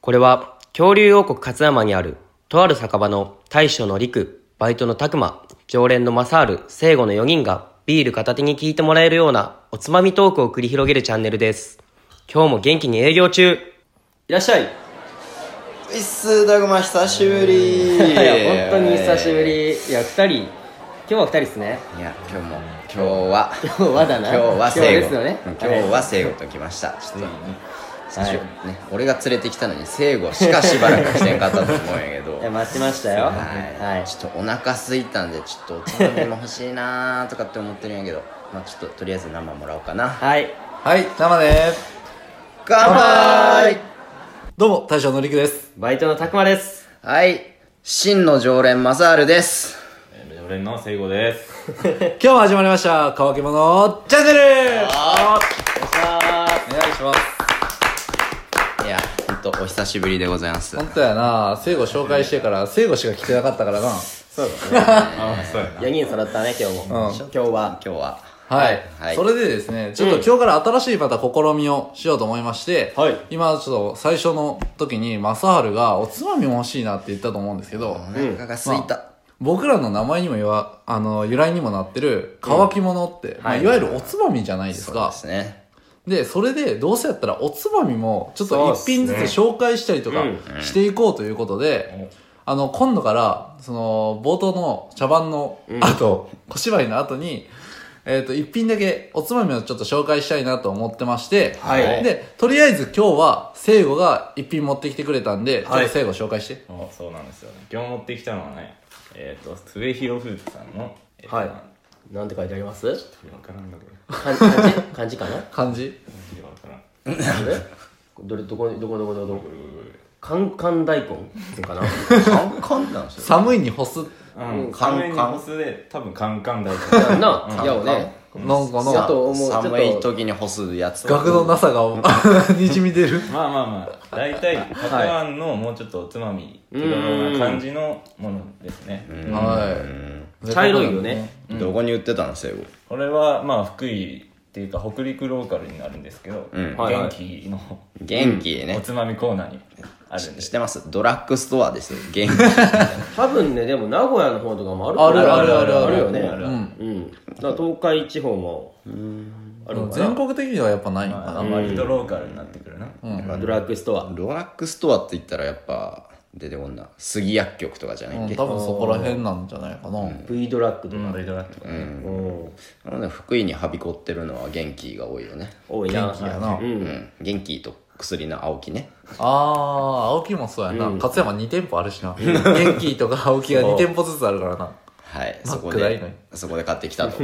これは恐竜王国勝山にあるとある酒場の大将の陸、バイトの拓磨、常連の正治、聖吾の4人がビール片手に聞いてもらえるようなおつまみトークを繰り広げるチャンネルです。今日も元気に営業中。いらっしゃい。 ういっす、たくま久しぶり。 いや本当に久しぶり。いや2人、今日は2人ですね。 いや今日はだな。 今日は聖吾ですよね。 今日は聖吾と来ました。ちょっと久しぶりね、俺が連れてきたのに聖吾しかしばらく来てんかったと思うんやけどいや待ってましたよ。 はい、ちょっとお腹空いたんでちょっとおつまみも欲しいなーとかって思ってるんやけどまあちょっととりあえず生もらおうかな。 はい生です乾杯。 どうも大将のりくです。 バイトの拓磨です。 はい真の常連正治です。 常連の聖吾です。 今日も始まりました乾き物チャンネル。 お願いしお願いします。 いやほんとお久しぶりでございます。 本当やな、聖吾紹介してから聖吾しか来てなかったからな。 そうだね。 ああ、そうやな。 4人揃ったね今日も。今日ははい、 はいそれでですね、ちょっと今日から新しいまた試みをしようと思いまして、 はい今ちょっと最初の時に正治がおつまみも欲しいなって言ったと思うんですけど、 お腹が空いた、 僕らの名前にも由来にもなってる乾き物って、いわゆるおつまみじゃないですそうか。 ですね。 で、それでどうせやったらおつまみもちょっと一品ずつ紹介したりとかしていこうということで、今度からその冒頭の茶番の後、小芝居の後に一品だけおつまみをちょっと紹介したいなと思ってまして、 はいでとりあえず今日は聖吾が一品持ってきてくれたんで、ちょっと聖吾紹介して。 そうなんですよね。今日持ってきたのはね、末広フーズさんの、 はい。なんて書いてあります？ わからんだけど。 漢字かな？ 漢字わからん。 どこカンカン大根かな？ カンカンなんですよ。 寒いに干す寒いに干すで、多分カンカン大根。 やんな。いやね。 なんかあなともうちょっと寒い時に干すやつ。 額のなさがにじみ出る。 まあ、大体、たくあんのもうちょっとおつまみ、手頃な感じのものですね。 はい。 茶色いよね。 どこに売ってたの聖吾？ これは、まあ、福井っていうか、北陸ローカルになるんですけど、元気の元気ね。 おつまみコーナーにあるんで知ってます？ドラッグストアですよ。元気。 多分ね、でも名古屋の方とかもあるあるよね。 あるうん。だから東海地方もあるのかな。 全国的にはやっぱないのかな。 割とローカルになってくるな。 ドラッグストア。 ドラッグストアって言ったらやっぱ出てこんな杉薬局とかじゃないっけ？ 多分そこら辺なんじゃないかな。 V ドラッグとか。 ベイドラックとかね。 なので福井にはびこってるのは元気が多いよね。 多いな。 元気やな。 元気と薬の青木ね。 青木もそうやな。勝山2店舗あるしな。元気とか青木が2店舗ずつあるからな。 はい。 マそこックないのにでそこで買ってきたと。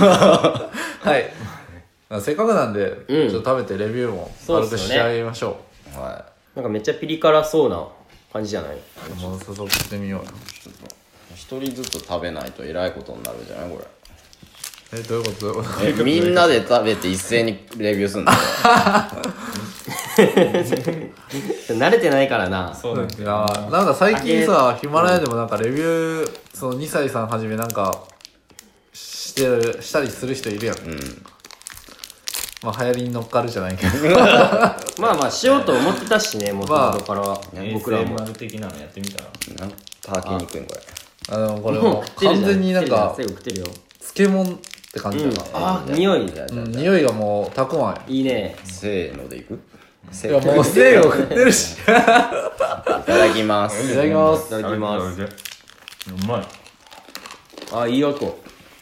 はい。せっかくなんで、ちょっと食べてレビューも軽くしちゃいましょはなんかめっちゃピリ辛そうな感じじゃない？ う。もう早速してみようよ。 い。一人ずつ食べないとえらいことになるじゃないこどういうことれ。みんなで食べて一斉にレビューすんだよ。 慣れてないからな。 そうなんいやーなんか最近さ、ヒマラヤでもなんかレビュー、その2歳さんはじめなんか、したりする人いるやん。まあ流行りに乗っかるじゃないけど。 まあしようと思ってたしね、もともとからは。僕らも。 ASMR 的なのやってみたら。 なんか炊きにくいんこれ。 でもこれもう完全になんか、 食ってるよ。 漬物って感じだな。 あ、匂い。 匂いがもうたくあんや。 いいね。 せーのでいく？せいやもう精を食ってるし。 いただきます。 いただきますい。ただきます。 うまい。 あ、いい音。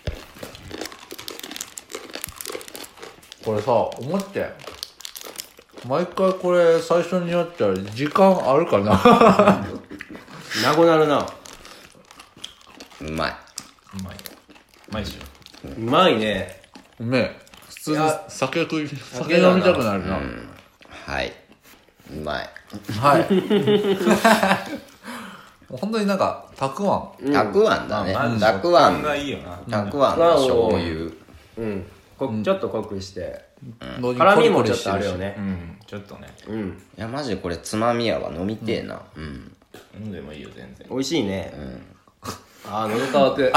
これさ、思って毎回これ最初にやったら時間あるかな。 なごなるな。 うまい。 うまいっしょ。 うまいね。 うめえ。普通に酒飲みたくなるな。 はい。うまい。 はい。もう本当になんかたくあん。 たくあんだね。 まずたくあん。 がいいよな。 たくあんの醤油。 うん。ちょっと濃くして。 辛辛みもちょっとあるよね。 ちょっとね。 いやマジでこれつまみやわ飲みてえな。 飲んでもいいよ、全然。 美味しいね。 あー、喉乾く。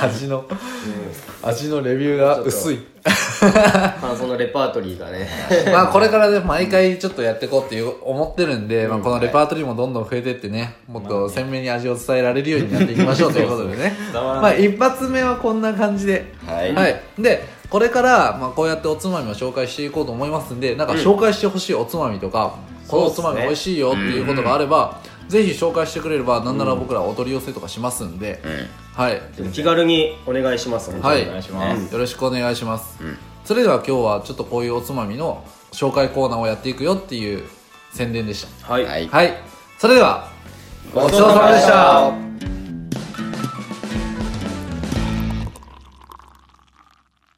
味のレビューが薄い。 感想のレパートリーがね。 まあこれからね、毎回ちょっとやっていこうっていう思ってるんで、まあこのレパートリーもどんどん増えてってね、もっと鮮明に味を伝えられるようになっていきましょうということでね。まあ一発目はこんな感じで。 はい。 で、これからまあこうやっておつまみを紹介していこうと思いますんで、なんか紹介してほしいおつまみとか、このおつまみ美味しいよっていうことがあれば、ぜひ紹介してくれれば、なんなら僕らお取り寄せとかしますんで、はい。 気軽にお願いします。 はい。 お願いします。 よろしくお願いします。それでは今日はちょっとこういうおつまみの紹介コーナーをやっていくよっていう宣伝でした。 はい。 はい。それでは、ごちそうさまでした。